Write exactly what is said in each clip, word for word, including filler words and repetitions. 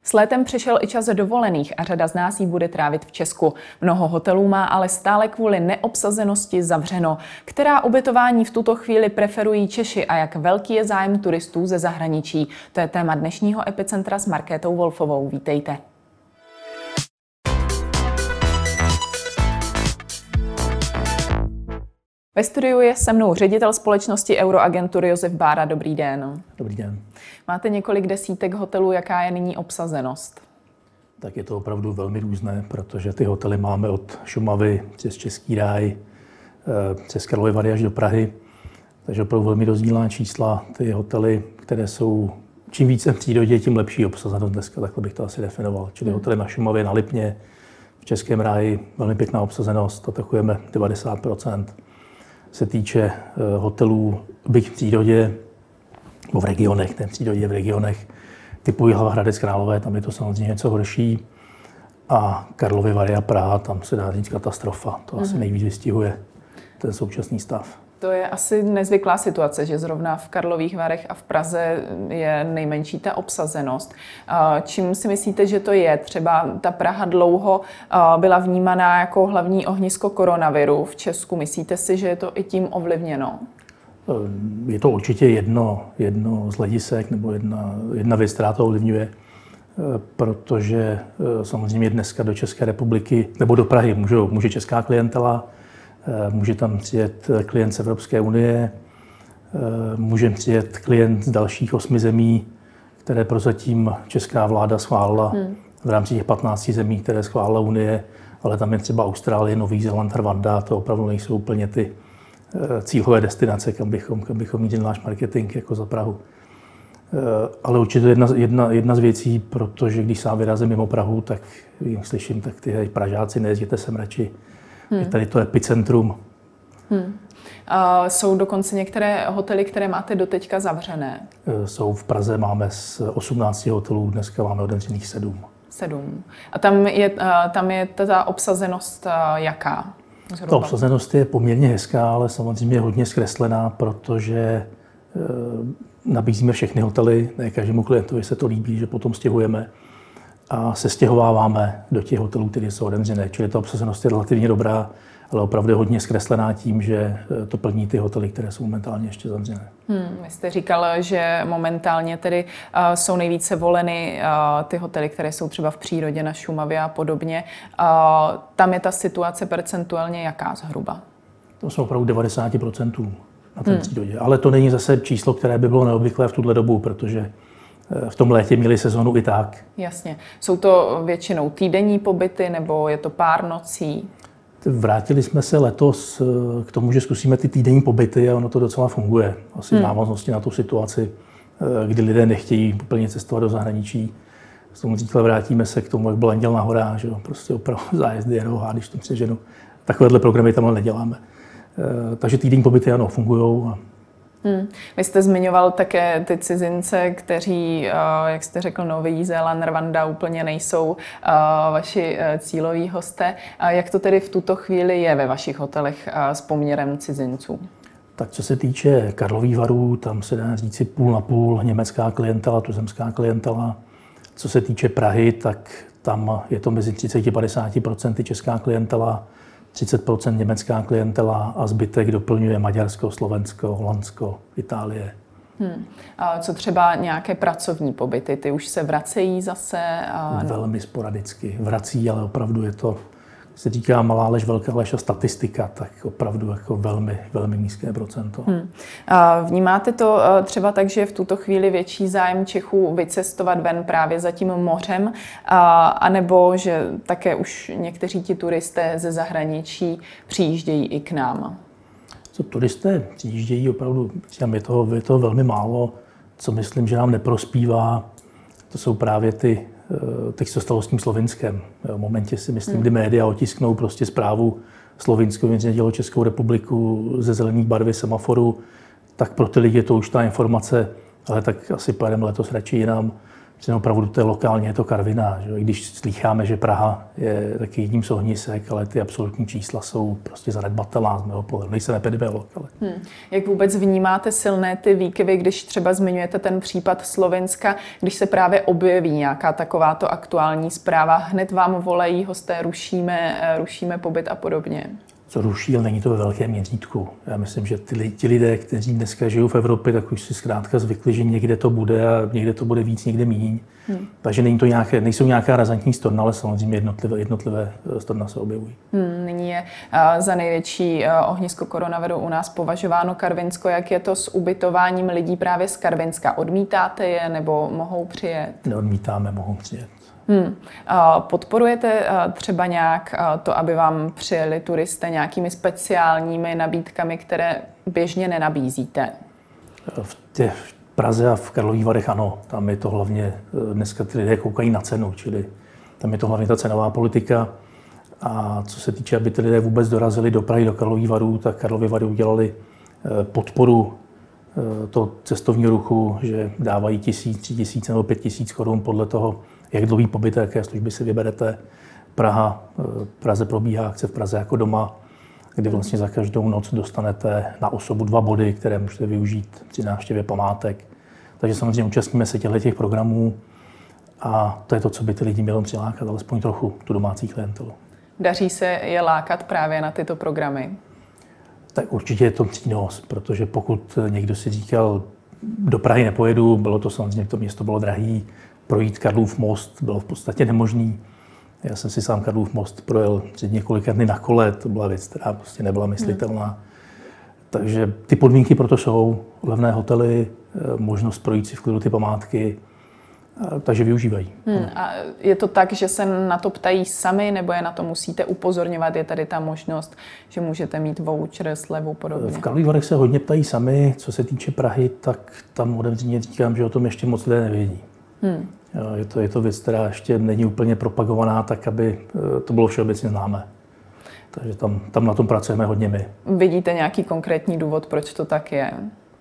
S létem přišel i čas dovolených a řada z nás ji bude trávit v Česku. Mnoho hotelů má ale stále kvůli neobsazenosti zavřeno. Která ubytování v tuto chvíli preferují Češi a jak velký je zájem turistů ze zahraničí? To je téma dnešního Epicentra s Markétou Wolfovou. Vítejte. Ve studiu je se mnou ředitel společnosti Euroagentur Josef Bára. Dobrý den. Dobrý den. Máte několik desítek hotelů, jaká je nyní obsazenost? Tak je to opravdu velmi různé, protože ty hotely máme od Šumavy přes Český ráj, přes Karlovy Vary až do Prahy. Takže opravdu velmi rozdílná čísla. Ty hotely, které jsou čím více v přírodě, tím lepší obsazenost dneska, takhle bych to asi definoval. Čili hotely na Šumavě, na Lipně, v Českém ráji, velmi pěkná obsazenost, atakujeme devadesát procent. Se týče hotelů byť v přírodě, nebo v regionech, ne v přírodě, v regionech, typu Jihlava, Hradec Králové, tam je to samozřejmě něco horší. A Karlovy Vary a Praha, tam se dá říct katastrofa. To mm-hmm. asi nejvíc vystihuje ten současný stav. To je asi nezvyklá situace, že zrovna v Karlových Varech a v Praze je nejmenší ta obsazenost. Čím si myslíte, že to je? Třeba ta Praha dlouho byla vnímaná jako hlavní ohnisko koronaviru v Česku. Myslíte si, že je to i tím ovlivněno? Je to určitě jedno, jedno z hledisek nebo jedna, jedna věc, která to ovlivňuje, protože samozřejmě dneska do České republiky nebo do Prahy může, může česká klientela, může tam přijet klient z Evropské unie, může přijet klient z dalších osmi zemí, které prozatím česká vláda schválila hmm. v rámci těch patnácti zemí, které schválila Unie, ale tam je třeba Austrálie, Nový Zéland, Rwanda, to opravdu nejsou úplně ty cílové destinace, kam bychom, kam bychom měli náš marketing jako za Prahu. Ale určitě jedna, jedna, jedna z věcí, protože když sám vyrazím mimo Prahu, tak slyším, tak ty Pražáci, nejezděte sem radši. Hmm. Je tady to epicentrum. Hmm. A jsou dokonce některé hotely, které máte doteďka zavřené? Jsou v Praze, máme z osmnácti hotelů, dneska máme otevřených sedm. Sedm. A tam je, tam je ta obsazenost jaká? Zhruba. Ta obsazenost je poměrně hezká, ale samozřejmě hodně zkreslená, protože nabízíme všechny hotely, ne každému klientovi se to líbí, že potom stěhujeme a se stěhováváme do těch hotelů, které jsou otevřené. Čili ta obsazenost je relativně dobrá, ale opravdu je hodně zkreslená tím, že to plní ty hotely, které jsou momentálně ještě zavřené. Hmm, vy jste říkal, že momentálně tedy uh, jsou nejvíce voleny uh, ty hotely, které jsou třeba v přírodě na Šumavě a podobně. Uh, tam je ta situace percentuálně jaká zhruba? To jsou opravdu devadesát procent na té hmm. přírodě. Ale to není zase číslo, které by bylo neobvyklé v tuhle dobu, protože v tom létě měli sezonu i tak. Jasně. Jsou to většinou týdenní pobyty nebo je to pár nocí? Vrátili jsme se letos k tomu, že zkusíme ty týdenní pobyty a ono to docela funguje. Asi v návaznosti na tu situaci, kdy lidé nechtějí úplně cestovat do zahraničí. S tomu říkali, vrátíme se k tomu, jak byl Anděl na horách, že prostě opravdu zájezdy jedou, a když to přeženu. Takovéhle programy tam ale neděláme. Takže týdenní pobyty ano, fungují. Hmm. Vy jste zmiňoval také ty cizince, kteří, jak jste řekl, Nový Zéland, Rwanda úplně nejsou vaši cíloví hosté. Jak to tedy v tuto chvíli je ve vašich hotelech s poměrem cizinců? Tak co se týče Karlových Varů, tam se dá říci půl na půl německá klientela, tuzemská klientela. Co se týče Prahy, tak tam je to mezi třicet až padesát procent česká klientela, třicet procent německá klientela a zbytek doplňuje Maďarsko, Slovensko, Holandsko, Itálie. Hmm. A co třeba nějaké pracovní pobyty? Ty už se vracejí zase? A... Velmi sporadicky. Vrací, ale opravdu je to, se říká malá lež, velká lež a statistika, tak opravdu jako velmi, velmi nízké procento. Hmm. A vnímáte to třeba tak, že je v tuto chvíli větší zájem Čechů vycestovat ven právě za tím mořem, a, anebo že také už někteří ti turisté ze zahraničí přijíždějí i k nám? Co turisté přijíždějí opravdu, je toho, je toho velmi málo, co myslím, že nám neprospívá, to jsou právě ty teď se stalo s tím Slovinskem. V momentě si myslím, hmm. kdy média otisknou prostě zprávu Slovinsko vyřadilo Českou republiku ze zelené barvy semaforu, tak pro ty lidi je to už ta informace, ale tak asi pojedeme letos radši jinam. opravdu to je lokálně, je to Karviná. Že? I když slycháme, že Praha je taky jedním z ohnisek, ale ty absolutní čísla jsou prostě zanedbatelná z mého pohledu. Nejsem epidemiolog, ale... Hmm. Jak vůbec vnímáte silné ty výkyvy, když třeba zmiňujete ten případ Slovenska, když se právě objeví nějaká takováto aktuální zpráva, hned vám volají hosté, rušíme, rušíme pobyt a podobně? Co ruší, ale není to ve velkém měřítku. Já myslím, že ty, ti lidé, kteří dneska žijou v Evropě, tak už si zkrátka zvykli, že někde to bude a někde to bude víc, někde míň. Hmm. Takže není to nějaké, nejsou nějaká razantní storna, ale samozřejmě jednotlivé, jednotlivé storna se objevují. Hmm, nyní je uh, za největší uh, ohnisko koronaviru u nás považováno Karvinsko. Jak je to s ubytováním lidí právě z Karvinska? Odmítáte je nebo mohou přijet? Neodmítáme, mohou přijet. Hmm. Podporujete třeba nějak to, aby vám přijeli turisté nějakými speciálními nabídkami, které běžně nenabízíte? V těch Praze a v Karlových Varech ano. Tam je to hlavně, dneska ty lidé koukají na cenu, čili tam je to hlavně ta cenová politika. A co se týče, aby ty lidé vůbec dorazili do Prahy, do Karlových Varů, tak Karlovy Vary udělali podporu toho cestovního ruchu, že dávají tisíc, tři tisíce nebo pět tisíc korun podle toho, jak dlouhý pobyt a jaké služby si vyberete. Praha, v Praze probíhá akce v Praze jako doma, kdy vlastně za každou noc dostanete na osobu dva body, které můžete využít při návštěvě památek. Takže samozřejmě účastníme se těchto programů a to je to, co by ty lidi mělo přilákat, alespoň trochu tu domácí klientelu. Daří se je lákat právě na tyto programy? Tak určitě je to přínos, protože pokud někdo si říkal, do Prahy nepojedu, bylo to samozřejmě, to město bylo drahý, projít Karlův most bylo v podstatě nemožný. Já jsem si sám Karlův most projel před několika dny na kole, to byla věc, která prostě nebyla myslitelná. Hmm. Takže ty podmínky proto jsou, levné hotely, možnost projít si v klidu ty památky, takže využívají. Hmm. A je to tak, že se na to ptají sami, nebo je na to musíte upozorňovat? Je tady ta možnost, že můžete mít voucher, slevu, podobně? V Karlových Varech se hodně ptají sami. Co se týče Prahy, tak tam otevřeně říkám, že o tom ještě moc lidé nevědí. Hmm. Je to, je to věc, která ještě není úplně propagovaná, tak aby to bylo všeobecně známé. Takže tam, tam na tom pracujeme hodně my. Vidíte nějaký konkrétní důvod, proč to tak je?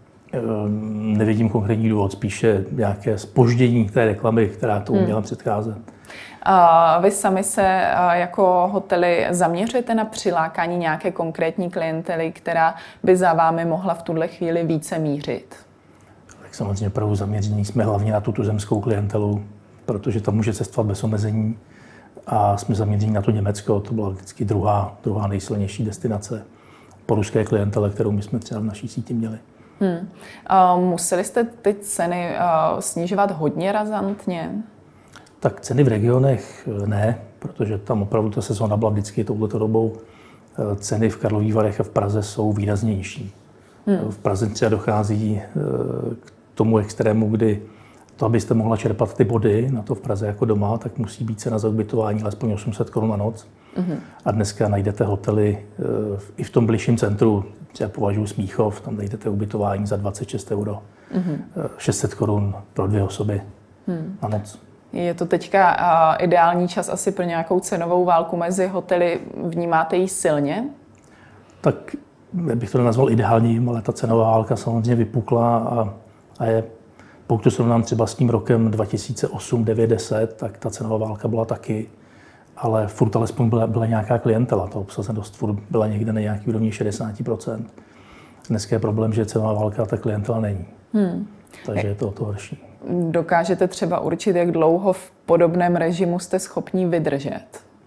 Nevidím konkrétní důvod, spíše nějaké zpoždění té reklamy, která tomu měla hmm. předcházet. A vy sami se jako hotely zaměřujete na přilákání nějaké konkrétní klientely, která by za vámi mohla v tuhle chvíli více mířit? Tak samozřejmě opravdu zaměření jsme hlavně na tu tuzemskou klientelu, protože tam může cestovat bez omezení a jsme zaměření na to Německo, to byla vždycky druhá, druhá nejsilnější destinace po ruské klientele, kterou my jsme třeba v naší síti měli. Hmm. Uh, museli jste ty ceny uh, snižovat hodně razantně? Tak ceny v regionech ne, protože tam opravdu ta sezóna byla vždycky touhleto dobou. Ceny v Karlových Varech a v Praze jsou výrazně nižší. Hmm. V Praze třeba dochází k tomu extrému, kdy to, abyste mohla čerpat ty body na to v Praze jako doma, tak musí být cena za ubytování alespoň osm set korun na noc. Hmm. A dneska najdete hotely i v tom bližším centru, třeba považuji Smíchov, tam najdete ubytování za dvacet šest euro, hmm. šest set korun pro dvě osoby hmm. na noc. Je to teďka uh, ideální čas asi pro nějakou cenovou válku mezi hotely. Vnímáte ji silně? Tak bych to nenazval ideálním, ale ta cenová válka samozřejmě vypukla a, a je, pokud to srovnám třeba s tím rokem dva tisíce osm, devět, deset, tak ta cenová válka byla taky, ale furt alespoň byla, byla nějaká klientela. Ta obsazenost furt byla někde na nějaký úrovni šedesát procent. Dneska je problém, že cenová válka a ta klientela není. Hmm. Takže je to o to horší. Dokážete třeba určit, jak dlouho v podobném režimu jste schopni vydržet?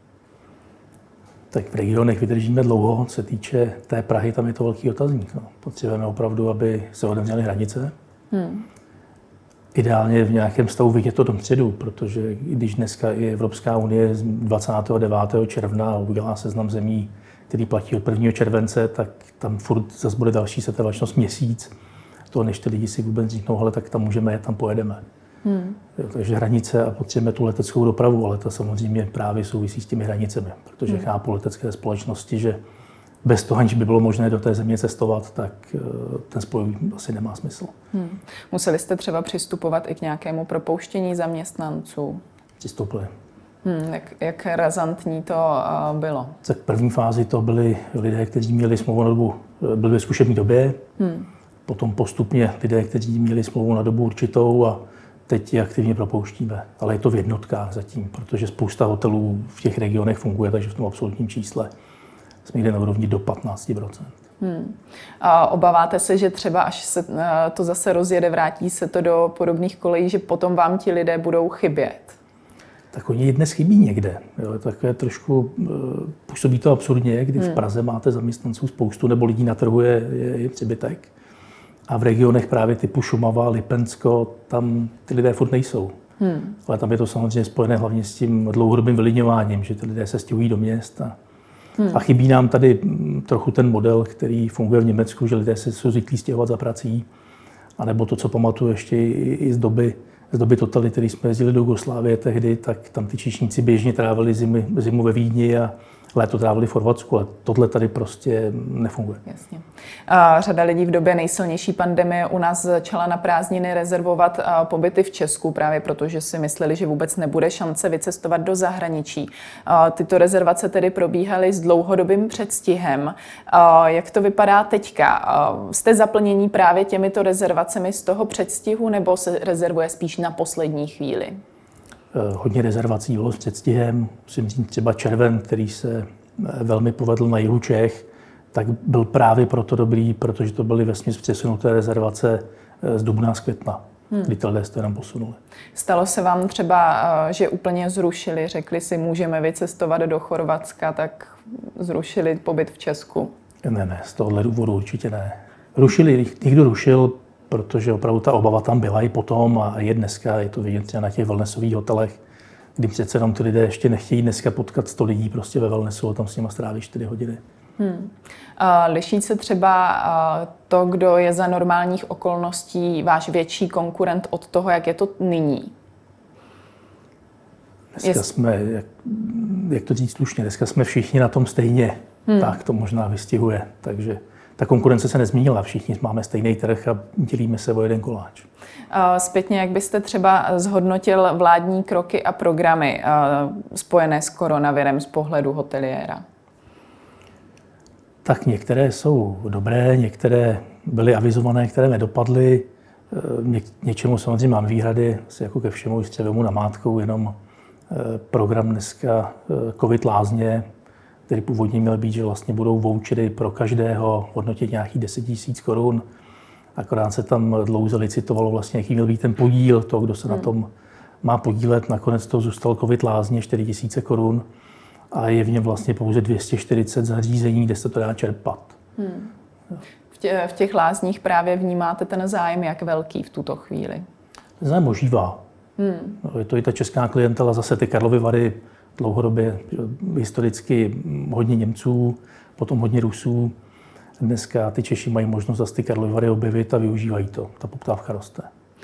Tak v regionech vydržíme dlouho. Co se týče té Prahy, tam je to velký otazník. No. Potřebujeme opravdu, aby se otevřely hranice. Hmm. Ideálně v nějakém stavu vidět to dopředu, protože když dneska i Evropská unie z dvacátého devátého června udělá seznam zemí, který platí od prvního července, tak tam furt zase bude další setrvačnost měsíc. To, než ty lidi si vůbec říknou, ale tak tam můžeme jet, tam pojedeme. Hmm. Takže hranice a potřebujeme tu leteckou dopravu, ale to samozřejmě právě souvisí s těmi hranicemi, protože hmm. chápu letecké společnosti, že bez toho, aniž by bylo možné do té země cestovat, tak ten spoj asi nemá smysl. Hmm. Museli jste třeba přistupovat i k nějakému propouštění zaměstnanců? Přistoupili. Hmm, jak, jak razantní to uh, bylo? Tak v první fázi to byli lidé, kteří měli smlouvu na dobu, byli ve zkušební době. Hmm. Potom postupně lidé, kteří měli smlouvu na dobu určitou a teď je aktivně propouštíme, ale je to v jednotkách zatím, protože spousta hotelů v těch regionech funguje, takže v tom absolutním čísle jsme někde na úrovni do patnáct procent. Hmm. A obáváte se, že třeba až se to zase rozjede, vrátí se to do podobných kolejí, že potom vám ti lidé budou chybět? Tak oni dnes chybí někde. Jo, takové trošku působí to absurdně, kdy hmm. v Praze máte zaměstnanců spoustu, nebo lidí na trhu je, je, je přebytek. A v regionech právě typu Šumava, Lipensko, tam ty lidé furt nejsou. Hmm. Ale tam je to samozřejmě spojené hlavně s tím dlouhodobým vylidňováním, že ty lidé se stěhují do měst. A, hmm. a chybí nám tady trochu ten model, který funguje v Německu, že lidé se jsou zvyklí stěhovat za prací. A nebo to, co pamatuju ještě i, i z doby, z doby totality, který jsme jezdili do Jugoslávie tehdy, tak tam ty číšníci běžně trávili zimy, zimu ve Vídni a léto trávili v Chorvatsku, ale tohle tady prostě nefunguje. Jasně. A řada lidí v době nejsilnější pandemie u nás začala na prázdniny rezervovat pobyty v Česku, právě protože si mysleli, že vůbec nebude šance vycestovat do zahraničí. A tyto rezervace tedy probíhaly s dlouhodobým předstihem. A jak to vypadá teďka? A jste zaplnění právě těmito rezervacemi z toho předstihu, nebo se rezervuje spíš na poslední chvíli? Hodně rezervací bylo s předstihem. Musím říct třeba červen, který se velmi povedl na jihu Čech, tak byl právě proto dobrý, protože to byly vesměs přesunuté rezervace z dubna, z května, hmm. kdy ty lidé to jenom posunuli. Stalo se vám třeba, že úplně zrušili, řekli si, můžeme vycestovat do Chorvatska, tak zrušili pobyt v Česku? Ne, ne, z tohohle důvodu určitě ne. Rušili, někdo rušil, protože opravdu ta obava tam byla i potom a je dneska, je to vidět třeba na těch wellnessových hotelech, kdy přece jenom ty lidé ještě nechtějí dneska potkat sto lidí prostě ve wellnessu a tam s nimi stráví čtyři hodiny. Hmm. A liší se třeba to, kdo je za normálních okolností váš větší konkurent od toho, jak je to nyní? Dneska je... jsme, jak, jak to říct slušně, dneska jsme všichni na tom stejně, hmm. tak to možná vystihuje, takže ta konkurence se nezměnila, všichni máme stejný trh a dělíme se o jeden koláč. Zpětně, jak byste třeba zhodnotil vládní kroky a programy spojené s koronavirem z pohledu hoteliéra? Tak některé jsou dobré, některé byly avizované, které nedopadly. Ně, něčemu samozřejmě mám výhrady, asi jako ke všemu střevemu namátkou, jenom program dneska COVID lázně, který původně měl být, že vlastně budou vouchery pro každého hodnotit nějakých deset tisíc korun. Akorát se tam dlouze licitovalo vlastně, jaký měl být ten podíl, to, kdo se hmm. na tom má podílet. Nakonec to zůstal COVID lázně, čtyři tisíce korun a je v něm vlastně pouze dvě stě čtyřicet zařízení, kde se to dá čerpat. Hmm. V, tě, v těch lázních právě vnímáte ten zájem jak velký v tuto chvíli? Ten zájem ožívá. Hmm. Je to i ta česká klientela, zase ty Karlovy Vary, dlouhodobě historicky hodně Němců, potom hodně Rusů. Dneska ty Češi mají možnost zase ty Karlovy Vary objevit a využívají to. Ta poptávka roste.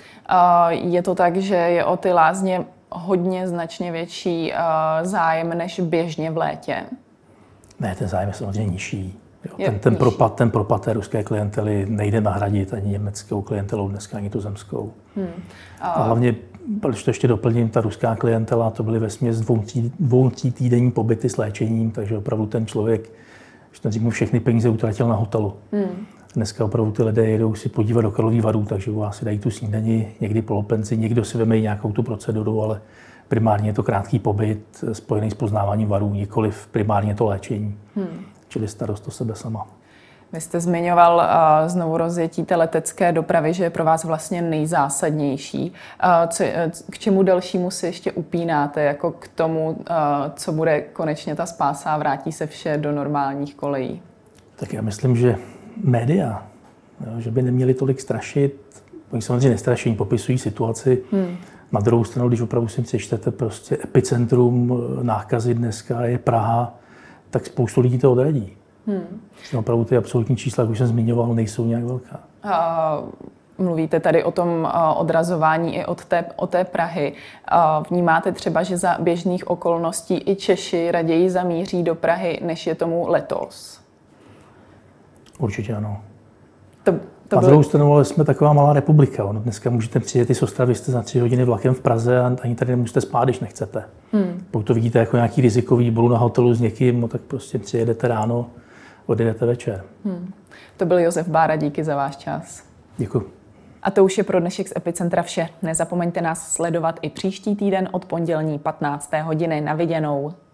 Je to tak, že je o ty lázně hodně značně větší zájem než běžně v létě? Ne, ten zájem je samozřejmě nižší. Jo, je ten, ten, nižší. Propad, ten propad té ruské klientely nejde nahradit ani německou klientelou dneska, ani tuzemskou. Hmm. A... a hlavně, když to ještě doplním, ta ruská klientela, to byly vesměs dvou, tří, dvou, tří týdenní pobyty s léčením, takže opravdu ten člověk, když to říkám, všechny peníze utratil na hotelu. Hmm. Dneska opravdu ty lidé jedou si podívat do Karlových Varů, takže u vás si dají tu snídani, někdy polopenzi, někdo si veme nějakou tu proceduru, ale primárně je to krátký pobyt spojený s poznáváním varů, nikoliv primárně to léčení, hmm. čili starost o sebe sama. Vy jste zmiňoval uh, znovu rozjetí té letecké dopravy, že je pro vás vlastně nejzásadnější. Uh, co, k čemu dalšímu si ještě upínáte, jako k tomu, uh, co bude konečně ta spása a vrátí se vše do normálních kolejí? Tak já myslím, že média, jo, že by neměli tolik strašit. Oni samozřejmě nestraší, popisují situaci. Hmm. Na druhou stranu, když opravdu si přečtete, prostě epicentrum nákazy dneska je Praha, tak spoustu lidí to odradí. Hmm. Opravdu ty absolutní čísla, jak už jsem zmiňoval, nejsou nějak velká. Uh, mluvíte tady o tom uh, odrazování i od té, od té Prahy. Uh, vnímáte třeba, že za běžných okolností i Češi raději zamíří do Prahy, než je tomu letos? Určitě ano. To, to Na druhou stranu, ale jsme taková malá republika. Ono dneska můžete přijet i z Ostravy, jste za tři hodiny vlakem v Praze a ani tady nemusíte spát, když nechcete. Hmm. Pokud to vidíte jako nějaký rizikový, budu na hotelu s někým, no, tak prostě přijedete ráno, odjedete večer. Hmm. To byl Josef Bára, díky za váš čas. Děkuji. A to už je pro dnešek z Epicentra vše. Nezapomeňte nás sledovat i příští týden od pondělní patnácté hodiny. Na viděnou.